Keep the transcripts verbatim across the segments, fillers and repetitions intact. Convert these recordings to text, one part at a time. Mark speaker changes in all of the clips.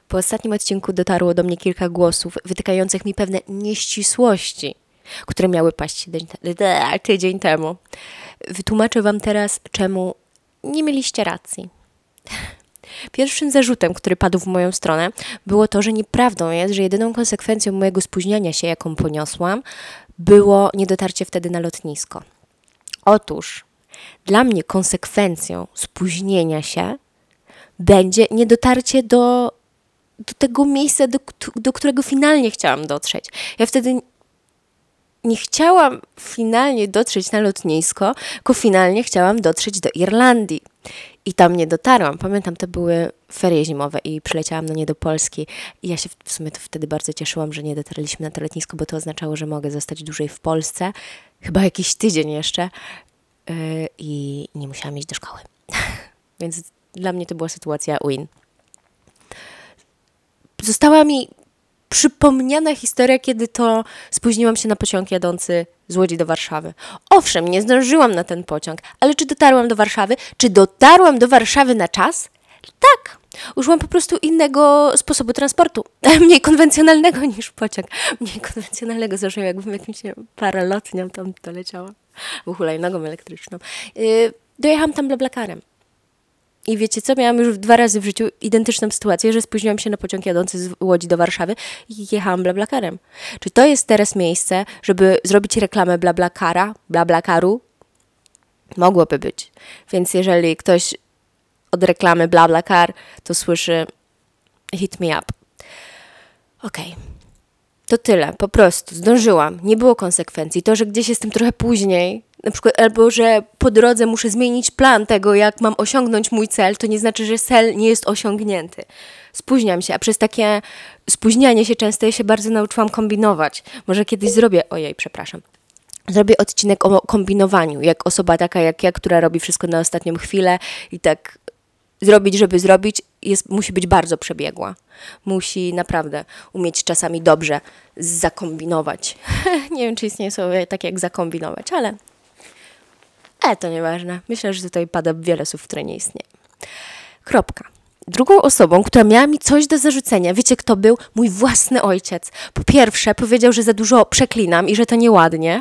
Speaker 1: Po ostatnim odcinku dotarło do mnie kilka głosów wytykających mi pewne nieścisłości, które miały paść tydzień temu. Wytłumaczę wam teraz, czemu nie mieliście racji. Pierwszym zarzutem, który padł w moją stronę, było to, że nieprawdą jest, że jedyną konsekwencją mojego spóźniania się, jaką poniosłam, było niedotarcie wtedy na lotnisko. Otóż dla mnie konsekwencją spóźnienia się będzie niedotarcie do, do tego miejsca, do, do którego finalnie chciałam dotrzeć. Ja wtedy nie chciałam finalnie dotrzeć na lotnisko, tylko finalnie chciałam dotrzeć do Irlandii. I tam nie dotarłam. Pamiętam, to były ferie zimowe i przyleciałam na nie do Polski. I ja się w sumie to wtedy bardzo cieszyłam, że nie dotarliśmy na to lotnisko, bo to oznaczało, że mogę zostać dłużej w Polsce. Chyba jakiś tydzień jeszcze. Yy, I nie musiałam iść do szkoły. Więc dla mnie to była sytuacja win. Została mi przypomniana historia, kiedy to spóźniłam się na pociąg jadący z Łodzi do Warszawy. Owszem, nie zdążyłam na ten pociąg, ale czy dotarłam do Warszawy? Czy dotarłam do Warszawy na czas? Tak. Użyłam po prostu innego sposobu transportu. Mniej konwencjonalnego niż pociąg. Mniej konwencjonalnego. Zresztą jakbym jakimś paralotnią tam doleciała. Hulajnogą elektryczną. Yy, dojechałam tam blablakarem. I wiecie co? Miałam już dwa razy w życiu identyczną sytuację, że spóźniłam się na pociąg jadący z Łodzi do Warszawy i jechałam blablakarem. Czy to jest teraz miejsce, żeby zrobić reklamę blablakara, blablakaru? Mogłoby być. Więc jeżeli ktoś od reklamy BlaBlaCar to słyszy hit me up. Okej. Okay. To tyle. Po prostu. Zdążyłam. Nie było konsekwencji. To, że gdzieś jestem trochę później, na przykład, albo że po drodze muszę zmienić plan tego, jak mam osiągnąć mój cel, to nie znaczy, że cel nie jest osiągnięty. Spóźniam się, a przez takie spóźnianie się często ja się bardzo nauczyłam kombinować. Może kiedyś zrobię, ojej, przepraszam, zrobię odcinek o kombinowaniu, jak osoba taka jak ja, która robi wszystko na ostatnią chwilę i tak zrobić, żeby zrobić, jest, musi być bardzo przebiegła. Musi naprawdę umieć czasami dobrze zakombinować. Nie wiem, czy istnieje słowo takie jak zakombinować, ale ale to nieważne. Myślę, że tutaj pada wiele słów, które nie istnieją. Kropka. Drugą osobą, która miała mi coś do zarzucenia, wiecie kto był? Mój własny ojciec. Po pierwsze powiedział, że za dużo przeklinam i że to nieładnie.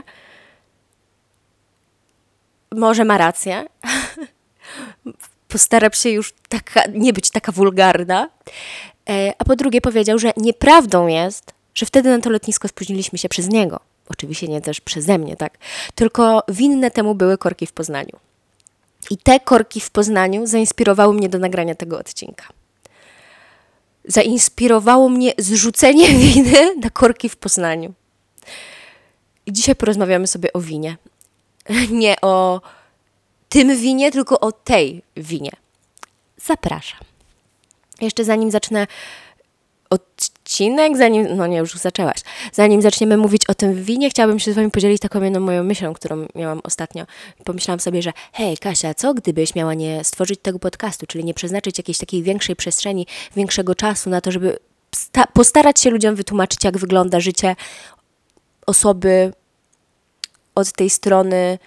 Speaker 1: Może ma rację. Postaram się już taka, nie być taka wulgarna. A po drugie powiedział, że nieprawdą jest, że wtedy na to lotnisko spóźniliśmy się przez niego. Oczywiście nie też przeze mnie, tak? Tylko winne temu były korki w Poznaniu. I te korki w Poznaniu zainspirowały mnie do nagrania tego odcinka. Zainspirowało mnie zrzucenie winy na korki w Poznaniu. I dzisiaj porozmawiamy sobie o winie. Nie o tym winie, tylko o tej winie. Zapraszam. Jeszcze zanim zacznę odcinek, zanim, no nie, już zaczęłaś, zanim zaczniemy mówić o tym winie, chciałabym się z wami podzielić taką jedną moją myślą, którą miałam ostatnio. Pomyślałam sobie, że hej Kasia, co gdybyś miała nie stworzyć tego podcastu, czyli nie przeznaczyć jakiejś takiej większej przestrzeni, większego czasu na to, żeby sta- postarać się ludziom wytłumaczyć, jak wygląda życie osoby od tej strony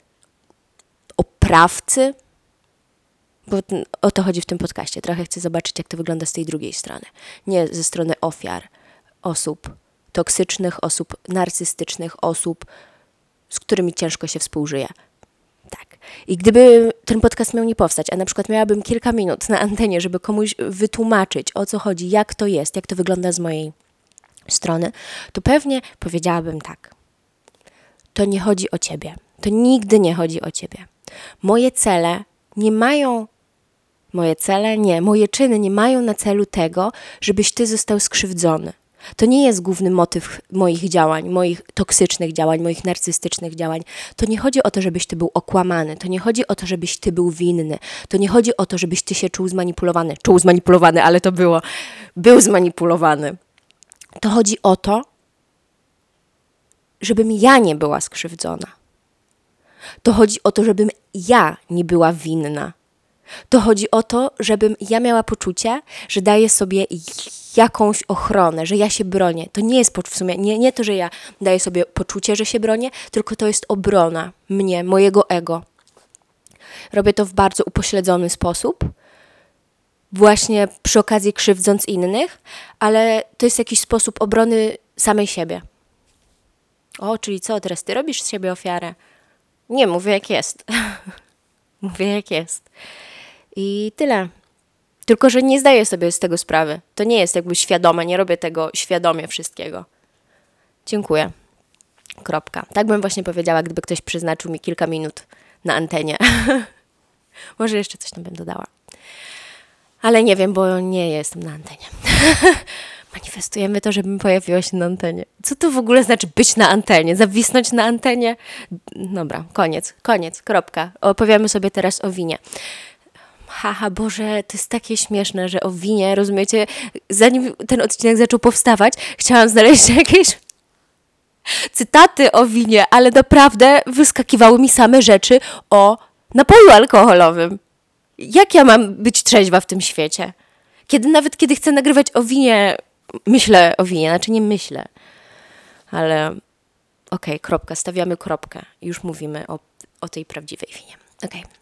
Speaker 1: oprawcy, bo o to chodzi w tym podcaście. Trochę chcę zobaczyć, jak to wygląda z tej drugiej strony. Nie ze strony ofiar, osób toksycznych, osób narcystycznych, osób, z którymi ciężko się współżyje. Tak. I gdyby ten podcast miał nie powstać, a na przykład miałabym kilka minut na antenie, żeby komuś wytłumaczyć, o co chodzi, jak to jest, jak to wygląda z mojej strony, to pewnie powiedziałabym tak. To nie chodzi o ciebie. To nigdy nie chodzi o ciebie. Moje cele nie mają Moje cele? Nie. Moje czyny nie mają na celu tego, żebyś ty został skrzywdzony. To nie jest główny motyw moich działań, moich toksycznych działań, moich narcystycznych działań. To nie chodzi o to, żebyś ty był okłamany. To nie chodzi o to, żebyś ty był winny. To nie chodzi o to, żebyś ty się czuł zmanipulowany. Czuł zmanipulowany, ale to było. Był zmanipulowany. To chodzi o to, żebym ja nie była skrzywdzona. To chodzi o to, żebym ja nie była winna. To chodzi o to, żebym ja miała poczucie, że daję sobie jakąś ochronę, że ja się bronię. To nie jest w sumie, nie, nie to, że ja daję sobie poczucie, że się bronię, tylko to jest obrona mnie, mojego ego. Robię to w bardzo upośledzony sposób, właśnie przy okazji krzywdząc innych, ale to jest jakiś sposób obrony samej siebie. O, czyli co, teraz ty robisz z siebie ofiarę? Nie, mówię jak jest. Mówię jak jest. I tyle. Tylko, że nie zdaję sobie z tego sprawy. To nie jest jakby świadome, nie robię tego świadomie wszystkiego. Dziękuję. Kropka. Tak bym właśnie powiedziała, gdyby ktoś przeznaczył mi kilka minut na antenie. Może jeszcze coś tam bym dodała. Ale nie wiem, bo nie jestem na antenie. Manifestujemy to, żebym pojawiła się na antenie. Co to w ogóle znaczy być na antenie? Zawisnąć na antenie? Dobra, koniec, koniec, kropka. Opowiemy sobie teraz o winie. Haha, Boże, to jest takie śmieszne, że o winie, rozumiecie? Zanim ten odcinek zaczął powstawać, chciałam znaleźć jakieś cytaty o winie, ale naprawdę wyskakiwały mi same rzeczy o napoju alkoholowym. Jak ja mam być trzeźwa w tym świecie? Kiedy nawet kiedy chcę nagrywać o winie, myślę o winie, znaczy nie myślę, ale okej, okay, kropka, stawiamy kropkę i już mówimy o, o tej prawdziwej winie. Okej. Okay.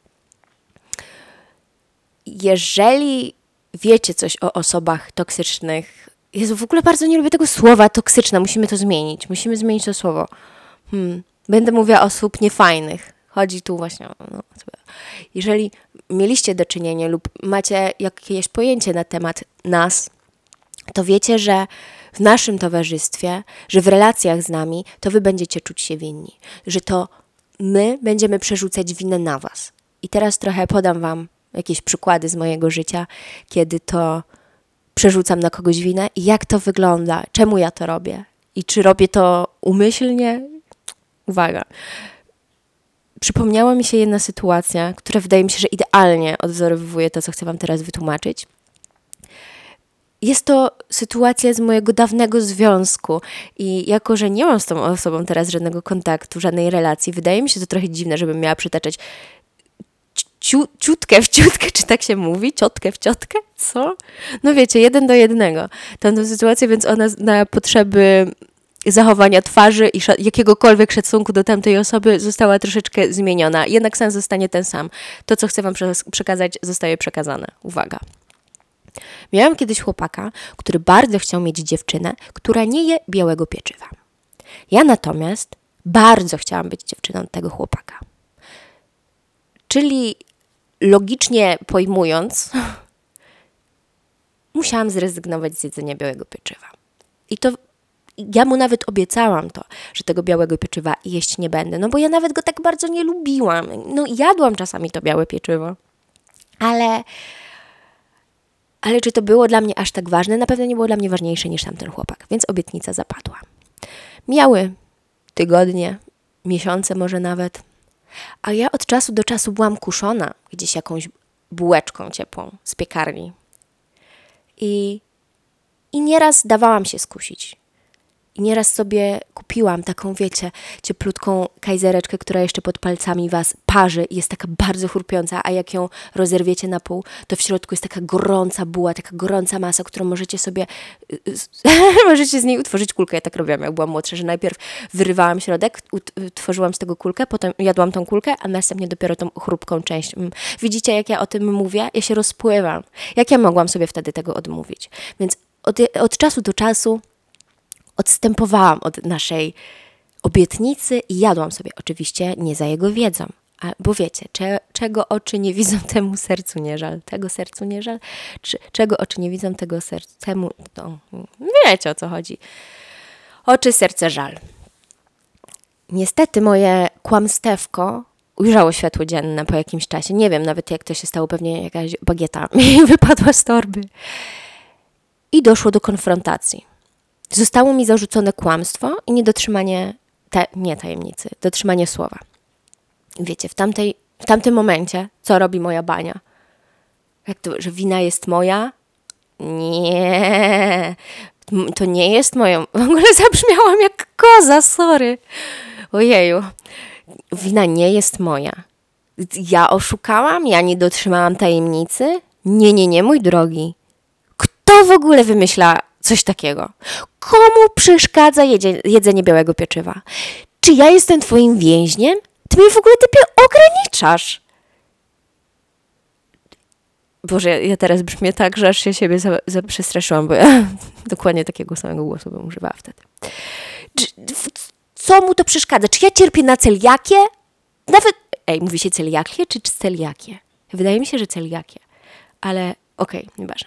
Speaker 1: Jeżeli wiecie coś o osobach toksycznych, Jezu, w ogóle bardzo nie lubię tego słowa toksyczna, musimy to zmienić, musimy zmienić to słowo. Hmm. Będę mówiła o osób niefajnych. Chodzi tu właśnie o... No, jeżeli mieliście do czynienia lub macie jakieś pojęcie na temat nas, to wiecie, że w naszym towarzystwie, że w relacjach z nami, to wy będziecie czuć się winni. Że to my będziemy przerzucać winę na was. I teraz trochę podam wam jakieś przykłady z mojego życia, kiedy to przerzucam na kogoś winę i jak to wygląda, czemu ja to robię i czy robię to umyślnie. Uwaga. Przypomniała mi się jedna sytuacja, która wydaje mi się, że idealnie odwzorowuje to, co chcę wam teraz wytłumaczyć. Jest to sytuacja z mojego dawnego związku i jako, że nie mam z tą osobą teraz żadnego kontaktu, żadnej relacji, wydaje mi się to trochę dziwne, żebym miała przytaczać ciu, ciutkę w ciutkę, czy tak się mówi? Ciotkę w ciotkę? Co? No wiecie, jeden do jednego. Tamtą sytuację, więc ona na potrzeby zachowania twarzy i sz- jakiegokolwiek szacunku do tamtej osoby została troszeczkę zmieniona. Jednak sens zostanie ten sam. To, co chcę wam prze- przekazać, zostaje przekazane. Uwaga. Miałam kiedyś chłopaka, który bardzo chciał mieć dziewczynę, która nie je białego pieczywa. Ja natomiast bardzo chciałam być dziewczyną tego chłopaka. Czyli logicznie pojmując, musiałam zrezygnować z jedzenia białego pieczywa. I to ja mu nawet obiecałam to, że tego białego pieczywa jeść nie będę, no bo ja nawet go tak bardzo nie lubiłam. No jadłam czasami to białe pieczywo, ale, ale czy to było dla mnie aż tak ważne? Na pewno nie było dla mnie ważniejsze niż tamten chłopak, więc obietnica zapadła. Mijały tygodnie, miesiące może nawet, a ja od czasu do czasu byłam kuszona gdzieś jakąś bułeczką ciepłą z piekarni. I, i nieraz dawałam się skusić. I nieraz sobie kupiłam taką, wiecie, cieplutką kajzereczkę, która jeszcze pod palcami was parzy i jest taka bardzo chrupiąca, a jak ją rozerwiecie na pół, to w środku jest taka gorąca buła, taka gorąca masa, którą możecie sobie, możecie z niej utworzyć kulkę. Ja tak robiłam, jak byłam młodsza, że najpierw wyrywałam środek, utworzyłam z tego kulkę, potem jadłam tą kulkę, a następnie dopiero tą chrupką część. Widzicie, jak ja o tym mówię? Ja się rozpływam. Jak ja mogłam sobie wtedy tego odmówić? Więc od, od czasu do czasu odstępowałam od naszej obietnicy i jadłam sobie oczywiście nie za jego wiedzą. A, bo wiecie, cze, czego oczy nie widzą, temu sercu nie żal. Tego sercu nie żal? Czy, czego oczy nie widzą, tego sercu, temu... No, wiecie, o co chodzi. Oczy, serce, żal. Niestety moje kłamstewko ujrzało światło dzienne po jakimś czasie. Nie wiem nawet, jak to się stało. Pewnie jakaś bagieta mi wypadła z torby. I doszło do konfrontacji. Zostało mi zarzucone kłamstwo i niedotrzymanie, te, nie tajemnicy, dotrzymanie słowa. Wiecie, w, tamtej, w tamtym momencie, co robi moja bania? Jak to, że wina jest moja? Nie, to nie jest moją. W ogóle zabrzmiałam jak koza, sorry. Ojeju, wina nie jest moja. Ja oszukałam? Ja nie dotrzymałam tajemnicy? Nie, nie, nie, mój drogi. Kto w ogóle wymyśla coś takiego? Komu przeszkadza jedzie, jedzenie białego pieczywa? Czy ja jestem twoim więźniem? Ty mnie w ogóle typie ograniczasz. Boże, ja teraz brzmię tak, że aż się siebie za, za przestraszyłam, bo ja dokładnie takiego samego głosu bym używała wtedy. Czy, co mu to przeszkadza? Czy ja cierpię na celiakię? Nawet, ej, mówi się celiakię czy celiakię? Wydaje mi się, że celiakię, ale okej, okay, nieważne.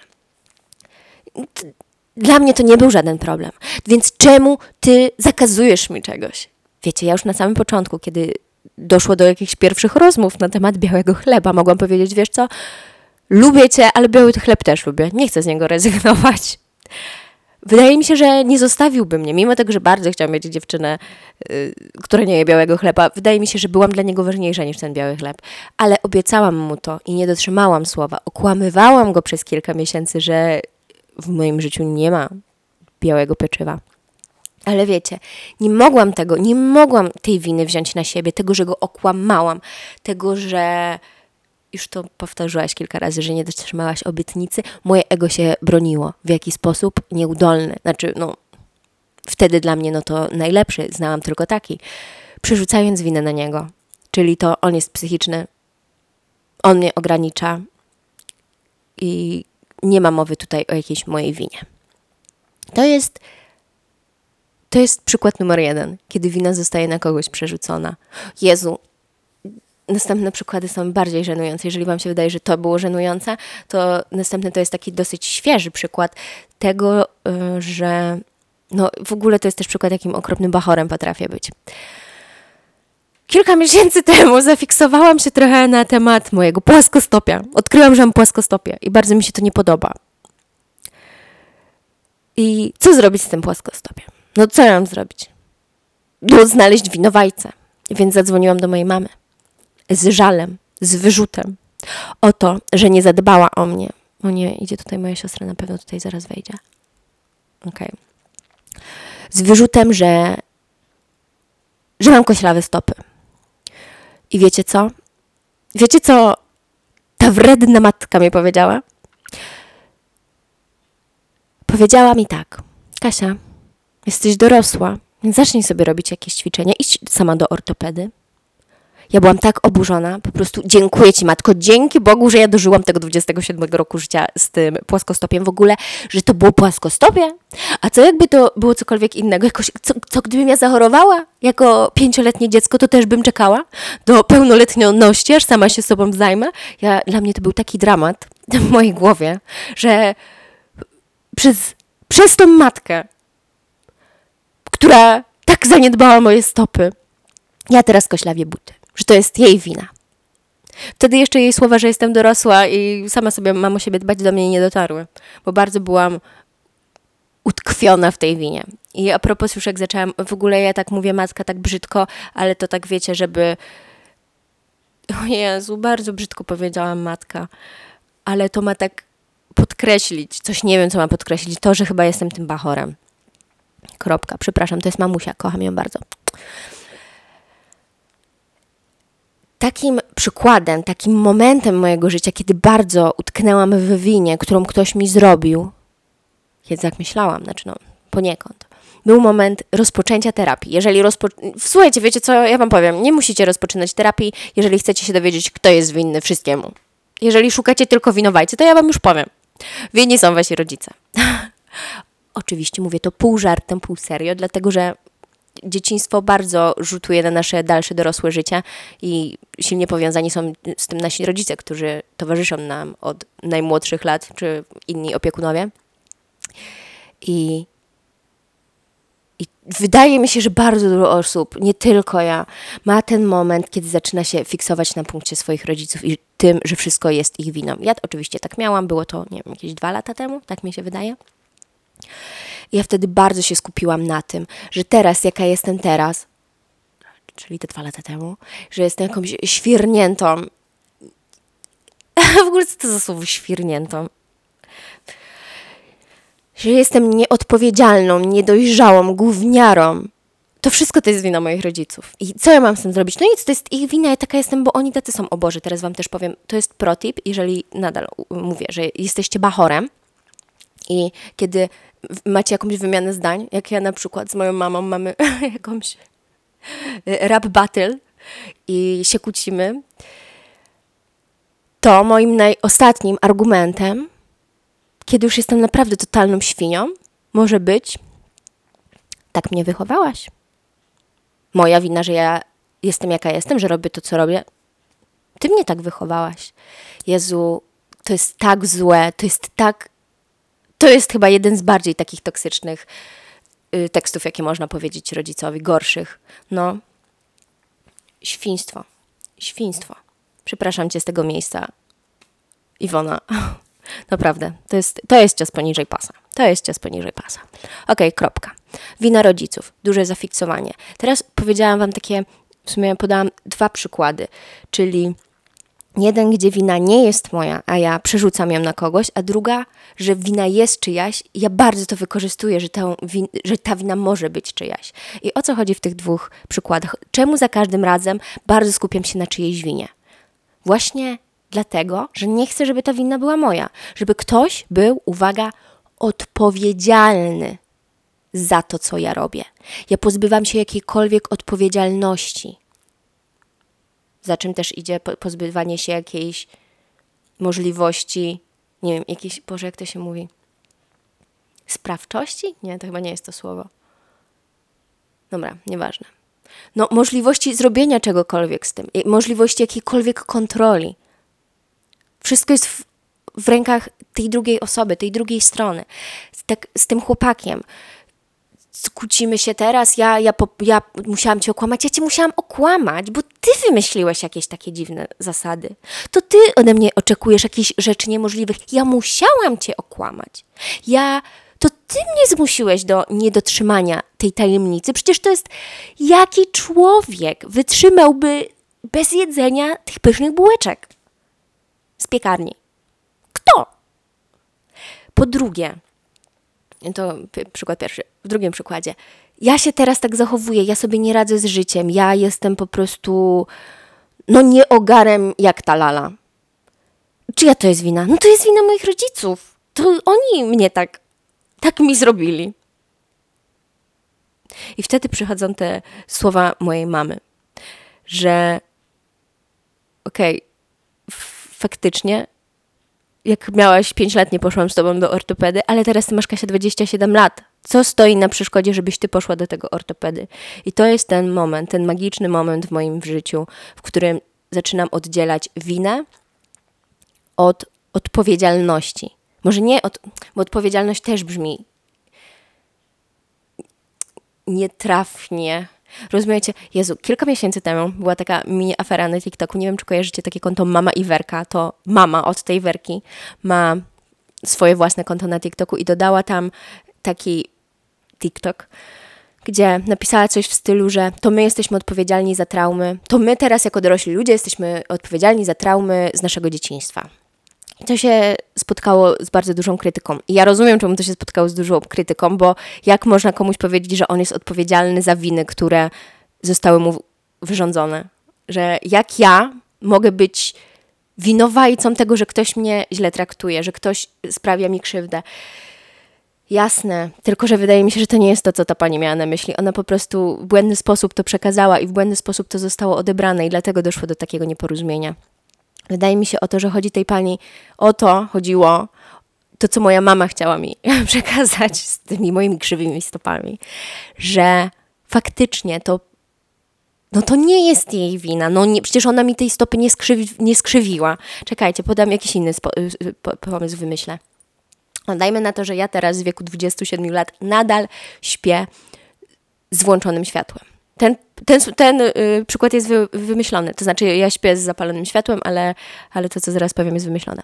Speaker 1: Dla mnie to nie był żaden problem, więc czemu ty zakazujesz mi czegoś? Wiecie, ja już na samym początku, kiedy doszło do jakichś pierwszych rozmów na temat białego chleba, mogłam powiedzieć, wiesz co, lubię cię, ale biały chleb też lubię, nie chcę z niego rezygnować. Wydaje mi się, że nie zostawiłby mnie, mimo tego, że bardzo chciałam mieć dziewczynę, yy, która nie je białego chleba. Wydaje mi się, że byłam dla niego ważniejsza niż ten biały chleb. Ale obiecałam mu to i nie dotrzymałam słowa. Okłamywałam go przez kilka miesięcy, że w moim życiu nie ma białego pieczywa. Ale wiecie, nie mogłam tego, nie mogłam tej winy wziąć na siebie, tego, że go okłamałam, tego, że... Już to powtarzałaś kilka razy, że nie dotrzymałaś obietnicy. Moje ego się broniło. W jaki sposób? Nieudolny. Znaczy, no, wtedy dla mnie, no to najlepszy. Znałam tylko taki. Przerzucając winę na niego. Czyli to on jest psychiczny. On mnie ogranicza. I nie ma mowy tutaj o jakiejś mojej winie. To jest, to jest przykład numer jeden. Kiedy wina zostaje na kogoś przerzucona. Jezu, następne przykłady są bardziej żenujące. Jeżeli wam się wydaje, że to było żenujące, to następny to jest taki dosyć świeży przykład tego, że no w ogóle to jest też przykład, jakim okropnym bachorem potrafię być. Kilka miesięcy temu zafiksowałam się trochę na temat mojego płaskostopia. Odkryłam, że mam płaskostopie i bardzo mi się to nie podoba. I co zrobić z tym płaskostopiem? No co ja mam zrobić? No znaleźć winowajcę. Więc zadzwoniłam do mojej mamy. Z żalem, z wyrzutem o to, że nie zadbała o mnie. O nie, idzie tutaj moja siostra, na pewno tutaj zaraz wejdzie. Okej. Okay. Z wyrzutem, że że mam koślawe stopy. I wiecie co? Wiecie co ta wredna matka mi powiedziała? Powiedziała mi tak. Kasia, jesteś dorosła, więc zacznij sobie robić jakieś ćwiczenia. Idź sama do ortopedy. Ja byłam tak oburzona, po prostu dziękuję ci, matko, dzięki Bogu, że ja dożyłam tego dwudziestego siódmego roku życia z tym płaskostopiem w ogóle, że to było płaskostopie, a co jakby to było cokolwiek innego, jakoś, co, co gdybym ja zachorowała jako pięcioletnie dziecko, to też bym czekała do pełnoletności, aż sama się sobą zajmę. Ja, dla mnie to był taki dramat w mojej głowie, że przez, przez tą matkę, która tak zaniedbała moje stopy, ja teraz koślawię buty. Że to jest jej wina. Wtedy jeszcze jej słowa, że jestem dorosła i sama sobie mam o siebie dbać, do mnie nie dotarły. Bo bardzo byłam utkwiona w tej winie. I a propos już jak zaczęłam, w ogóle ja tak mówię matka tak brzydko, ale to tak wiecie, żeby... O Jezu, bardzo brzydko powiedziałam matka. Ale to ma tak podkreślić, coś nie wiem, co ma podkreślić, to, że chyba jestem tym bachorem. Kropka. Przepraszam, to jest mamusia, kocham ją bardzo. Takim przykładem, takim momentem mojego życia, kiedy bardzo utknęłam w winie, którą ktoś mi zrobił, kiedy tak myślałam, znaczy no poniekąd, był moment rozpoczęcia terapii. Jeżeli rozpo... Słuchajcie, wiecie co, ja wam powiem, nie musicie rozpoczynać terapii, jeżeli chcecie się dowiedzieć, kto jest winny wszystkiemu. Jeżeli szukacie tylko winowajcy, to ja wam już powiem. Winni są wasi rodzice. Oczywiście mówię to pół żartem, pół serio, dlatego że dzieciństwo bardzo rzutuje na nasze dalsze dorosłe życie i silnie powiązani są z tym nasi rodzice, którzy towarzyszą nam od najmłodszych lat, czy inni opiekunowie. I, i wydaje mi się, że bardzo dużo osób, nie tylko ja, ma ten moment, kiedy zaczyna się fiksować na punkcie swoich rodziców i tym, że wszystko jest ich winą. Ja oczywiście tak miałam, było to, nie wiem, jakieś dwa lata temu, tak mi się wydaje. I ja wtedy bardzo się skupiłam na tym, że teraz, jaka jestem teraz, czyli te dwa lata temu, że jestem jakąś świrniętą. W ogóle co to za słowo świrniętą? Że jestem nieodpowiedzialną, niedojrzałą, gówniarą. To wszystko to jest wina moich rodziców. I co ja mam z tym zrobić? No nic, to jest ich wina, ja taka jestem, bo oni tacy są. O Boże, teraz wam też powiem, to jest protip, jeżeli nadal mówię, że jesteście bachorem i kiedy macie jakąś wymianę zdań, jak ja na przykład z moją mamą mamy jakąś rap battle i się kłócimy, to moim najostatnim argumentem, kiedy już jestem naprawdę totalną świnią, może być: tak mnie wychowałaś. Moja wina, że ja jestem jaka jestem, że robię to, co robię. Ty mnie tak wychowałaś. Jezu, to jest tak złe, to jest tak... To jest chyba jeden z bardziej takich toksycznych y, tekstów, jakie można powiedzieć rodzicowi, gorszych. No, świństwo. Świństwo. Przepraszam cię z tego miejsca, Iwona. Naprawdę, to jest, to jest cios poniżej pasa. To jest cios poniżej pasa. Okej, kropka. Wina rodziców. Duże zafiksowanie. Teraz powiedziałam wam takie, w sumie podałam dwa przykłady, czyli jeden, gdzie wina nie jest moja, a ja przerzucam ją na kogoś, a druga, że wina jest czyjaś i ja bardzo to wykorzystuję, że, tę win- że ta wina może być czyjaś. I o co chodzi w tych dwóch przykładach? Czemu za każdym razem bardzo skupiam się na czyjejś winie? Właśnie dlatego, że nie chcę, żeby ta wina była moja. Żeby ktoś był, uwaga, odpowiedzialny za to, co ja robię. Ja pozbywam się jakiejkolwiek odpowiedzialności. Za czym też idzie pozbywanie się jakiejś możliwości, nie wiem, jakiejś, Boże, jak to się mówi? Sprawczości? Nie, to chyba nie jest to słowo. Dobra, nieważne. No, możliwości zrobienia czegokolwiek z tym. Możliwości jakiejkolwiek kontroli. Wszystko jest w, w rękach tej drugiej osoby, tej drugiej strony. Tak z tym chłopakiem. Kłócimy się teraz, ja, ja, ja musiałam cię okłamać, ja cię musiałam okłamać, bo ty wymyśliłeś jakieś takie dziwne zasady. To ty ode mnie oczekujesz jakichś rzeczy niemożliwych. Ja musiałam cię okłamać. Ja, to ty mnie zmusiłeś do niedotrzymania tej tajemnicy. Przecież to jest, jaki człowiek wytrzymałby bez jedzenia tych pysznych bułeczek z piekarni? Kto? Po drugie, to przykład pierwszy. W drugim przykładzie. Ja się teraz tak zachowuję, ja sobie nie radzę z życiem, ja jestem po prostu no nie ogarem jak ta lala. Czyja to jest wina? No to jest wina moich rodziców. To oni mnie tak, tak mi zrobili. I wtedy przychodzą te słowa mojej mamy, że okej, okay, f- faktycznie jak miałaś pięć lat, nie poszłam z tobą do ortopedy, ale teraz ty masz, Kasia, dwadzieścia siedem lat. Co stoi na przeszkodzie, żebyś ty poszła do tego ortopedy? I to jest ten moment, ten magiczny moment w moim życiu, w którym zaczynam oddzielać winę od odpowiedzialności. Może nie od... bo odpowiedzialność też brzmi nietrafnie. Rozumiecie? Jezu, kilka miesięcy temu była taka mini afera na TikToku. Nie wiem, czy kojarzycie takie konto Mama i Werka. To mama od tej Werki ma swoje własne konto na TikToku i dodała tam taki TikTok, gdzie napisała coś w stylu, że to my jesteśmy odpowiedzialni za traumy, to my teraz jako dorośli ludzie jesteśmy odpowiedzialni za traumy z naszego dzieciństwa. I to się spotkało z bardzo dużą krytyką. I ja rozumiem, czemu to się spotkało z dużą krytyką, bo jak można komuś powiedzieć, że on jest odpowiedzialny za winy, które zostały mu wyrządzone? Że jak ja mogę być winowajcą tego, że ktoś mnie źle traktuje, że ktoś sprawia mi krzywdę? Jasne, tylko że wydaje mi się, że to nie jest to, co ta pani miała na myśli. Ona po prostu w błędny sposób to przekazała i w błędny sposób to zostało odebrane i dlatego doszło do takiego nieporozumienia. Wydaje mi się o to, że chodzi tej pani, o to chodziło, to co moja mama chciała mi przekazać z tymi moimi krzywymi stopami, że faktycznie to, no to nie jest jej wina, no nie, przecież ona mi tej stopy nie, skrzywi, nie skrzywiła. Czekajcie, podam jakiś inny spo, po, pomysł, wymyślę. No, dajmy na to, że ja teraz w wieku dwudziestu siedmiu lat nadal śpię z włączonym światłem. Ten, ten, ten y, przykład jest wy, wymyślony. To znaczy ja śpię z zapalonym światłem, ale, ale to, co zaraz powiem, jest wymyślone.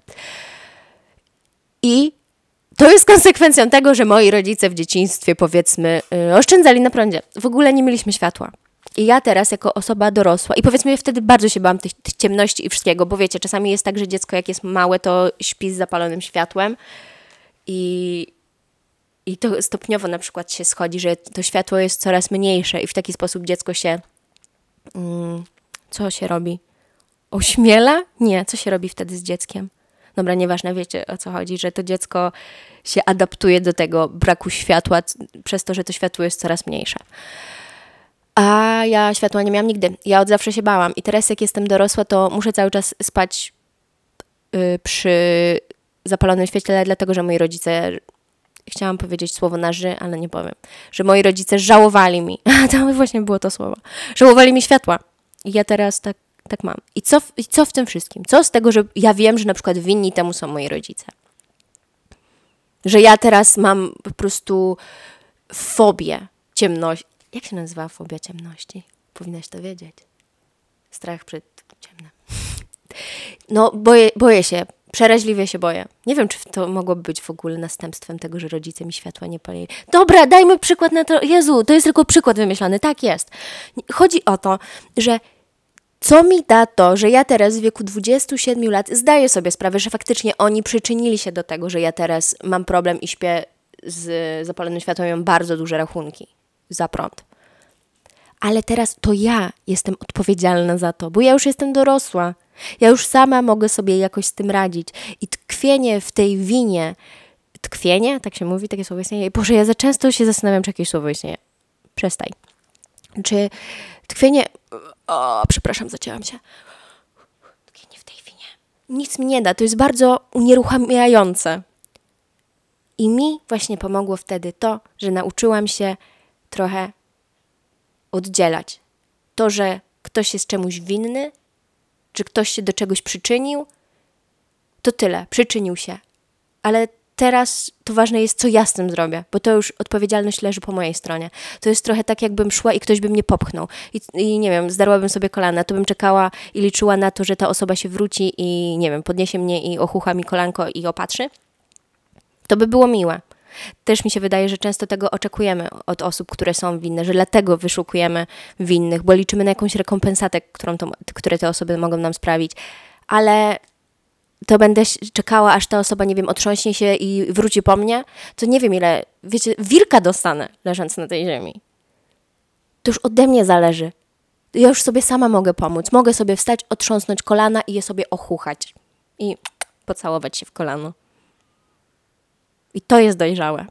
Speaker 1: I to jest konsekwencją tego, że moi rodzice w dzieciństwie, powiedzmy, y, oszczędzali na prądzie. W ogóle nie mieliśmy światła. I ja teraz jako osoba dorosła, i powiedzmy, ja wtedy bardzo się bałam tych, tych ciemności i wszystkiego, bo wiecie, czasami jest tak, że dziecko jak jest małe, to śpi z zapalonym światłem i... I to stopniowo na przykład się schodzi, że to światło jest coraz mniejsze i w taki sposób dziecko się... Mm, co się robi? Ośmiela? Nie, co się robi wtedy z dzieckiem? Dobra, nieważne, wiecie o co chodzi, że to dziecko się adaptuje do tego braku światła przez to, że to światło jest coraz mniejsze. A ja światła nie miałam nigdy. Ja od zawsze się bałam i teraz jak jestem dorosła, to muszę cały czas spać yy, przy zapalonym świetle, dlatego że moi rodzice, chciałam powiedzieć słowo na ży, ale nie powiem, że moi rodzice żałowali mi, to właśnie było to słowo, żałowali mi światła. I ja teraz tak, tak mam. I co, w, I co w tym wszystkim? Co z tego, że ja wiem, że na przykład winni temu są moi rodzice? Że ja teraz mam po prostu fobię ciemności. Jak się nazywa fobia ciemności? Powinnaś to wiedzieć. Strach przed ciemnem. No, boję, boję się. Przeraźliwie się boję. Nie wiem, czy to mogłoby być w ogóle następstwem tego, że rodzice mi światła nie palili. Dobra, dajmy przykład na to. Jezu, to jest tylko przykład wymyślony. Tak jest. Chodzi o to, że co mi da to, że ja teraz w wieku dwudziestu siedmiu lat zdaję sobie sprawę, że faktycznie oni przyczynili się do tego, że ja teraz mam problem i śpię z zapalonym światłem, mam bardzo duże rachunki za prąd. Ale teraz to ja jestem odpowiedzialna za to, bo ja już jestem dorosła. Ja już sama mogę sobie jakoś z tym radzić. I tkwienie w tej winie, tkwienie, tak się mówi, takie słowo istnieje. Boże, ja za często się zastanawiam, czy jakieś słowo istnieje. Przestań. Czy tkwienie... O, przepraszam, zacięłam się. Tkwienie w tej winie. Nic mi nie da, to jest bardzo unieruchamiające. I mi właśnie pomogło wtedy to, że nauczyłam się trochę oddzielać. To, że ktoś jest czemuś winny, czy ktoś się do czegoś przyczynił, to tyle, przyczynił się. Ale teraz to ważne jest, co ja z tym zrobię, bo to już odpowiedzialność leży po mojej stronie. To jest trochę tak, jakbym szła i ktoś by mnie popchnął. I, i nie wiem, zdarłabym sobie kolana, to bym czekała i liczyła na to, że ta osoba się wróci i nie wiem, podniesie mnie i ochucha mi kolanko i opatrzy. To by było miłe. Też mi się wydaje, że często tego oczekujemy od osób, które są winne, że dlatego wyszukujemy winnych, bo liczymy na jakąś rekompensatę, którą to, które te osoby mogą nam sprawić. Ale to będę czekała, aż ta osoba, nie wiem, otrząśnie się i wróci po mnie, to nie wiem ile, wiecie, wilka dostanę, leżąc na tej ziemi. To już ode mnie zależy. Ja już sobie sama mogę pomóc. Mogę sobie wstać, otrząsnąć kolana i je sobie ochuchać. I pocałować się w kolano. I to jest dojrzałe.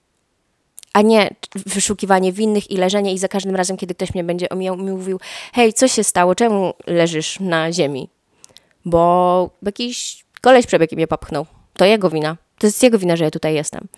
Speaker 1: A nie wyszukiwanie winnych i leżenie i za każdym razem, kiedy ktoś mnie będzie omijał, mi mówił: hej, co się stało? Czemu leżysz na ziemi? Bo jakiś koleś przebiegł i mnie popchnął. To jego wina. To jest jego wina, że ja tutaj jestem.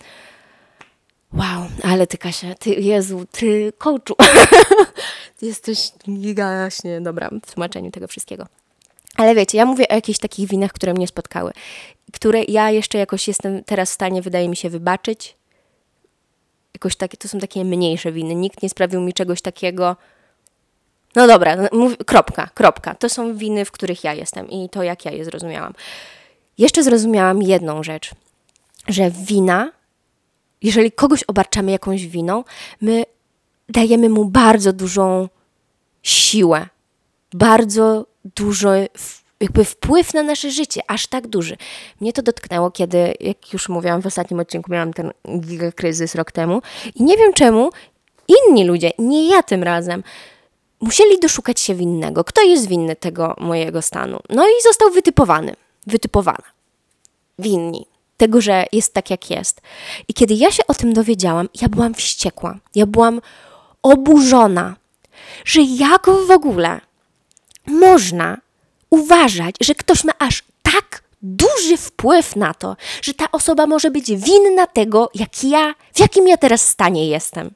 Speaker 1: Wow, ale ty, Kasia, ty, Jezu, ty, coachu. Ty jesteś gigaśnie dobra w tłumaczeniu tego wszystkiego. Ale wiecie, ja mówię o jakichś takich winach, które mnie spotkały, które ja jeszcze jakoś jestem teraz w stanie, wydaje mi się, wybaczyć. Jakoś takie, to są takie mniejsze winy. Nikt nie sprawił mi czegoś takiego. No dobra, mów, kropka, kropka. To są winy, w których ja jestem i to, jak ja je zrozumiałam. Jeszcze zrozumiałam jedną rzecz, że wina, jeżeli kogoś obarczamy jakąś winą, my dajemy mu bardzo dużą siłę, bardzo duży jakby wpływ na nasze życie, aż tak duży. Mnie to dotknęło, kiedy, jak już mówiłam w ostatnim odcinku, miałam ten gigakryzys rok temu i nie wiem czemu inni ludzie, nie ja tym razem, musieli doszukać się winnego. Kto jest winny tego mojego stanu? No i został wytypowany, wytypowana. Winni. Tego, że jest tak, jak jest. I kiedy ja się o tym dowiedziałam, ja byłam wściekła. Ja byłam oburzona, że jak w ogóle można uważać, że ktoś ma aż tak duży wpływ na to, że ta osoba może być winna tego, jak ja, w jakim ja teraz stanie jestem.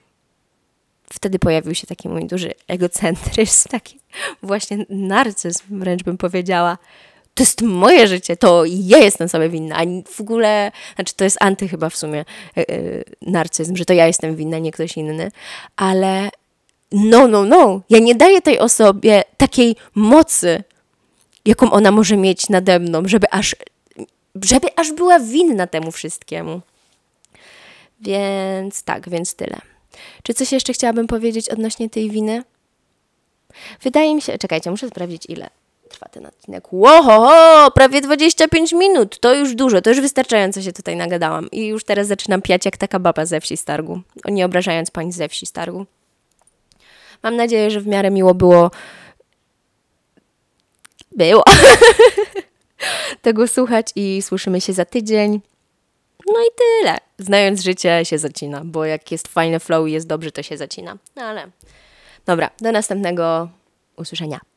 Speaker 1: Wtedy pojawił się taki mój duży egocentryzm, taki właśnie narcyzm, wręcz bym powiedziała. To jest moje życie, to ja jestem sobie winna, a w ogóle, znaczy to jest anty chyba w sumie yy, narcyzm, że to ja jestem winna, nie ktoś inny, ale no, no, no, ja nie daję tej osobie takiej mocy, jaką ona może mieć nade mną, żeby aż, żeby aż była winna temu wszystkiemu. Więc tak, więc tyle. Czy coś jeszcze chciałabym powiedzieć odnośnie tej winy? Wydaje mi się, czekajcie, muszę sprawdzić ile trwa ten odcinek. Łoho, prawie dwadzieścia pięć minut, to już dużo, to już wystarczająco się tutaj nagadałam. I już teraz zaczynam piać jak taka baba ze wsi z targu, nie obrażając pań ze wsi z targu. Mam nadzieję, że w miarę miło było było tego słuchać i słyszymy się za tydzień. No i tyle. Znając życie się zacina, bo jak jest fajny flow i jest dobrze, to się zacina. No ale dobra, do następnego usłyszenia.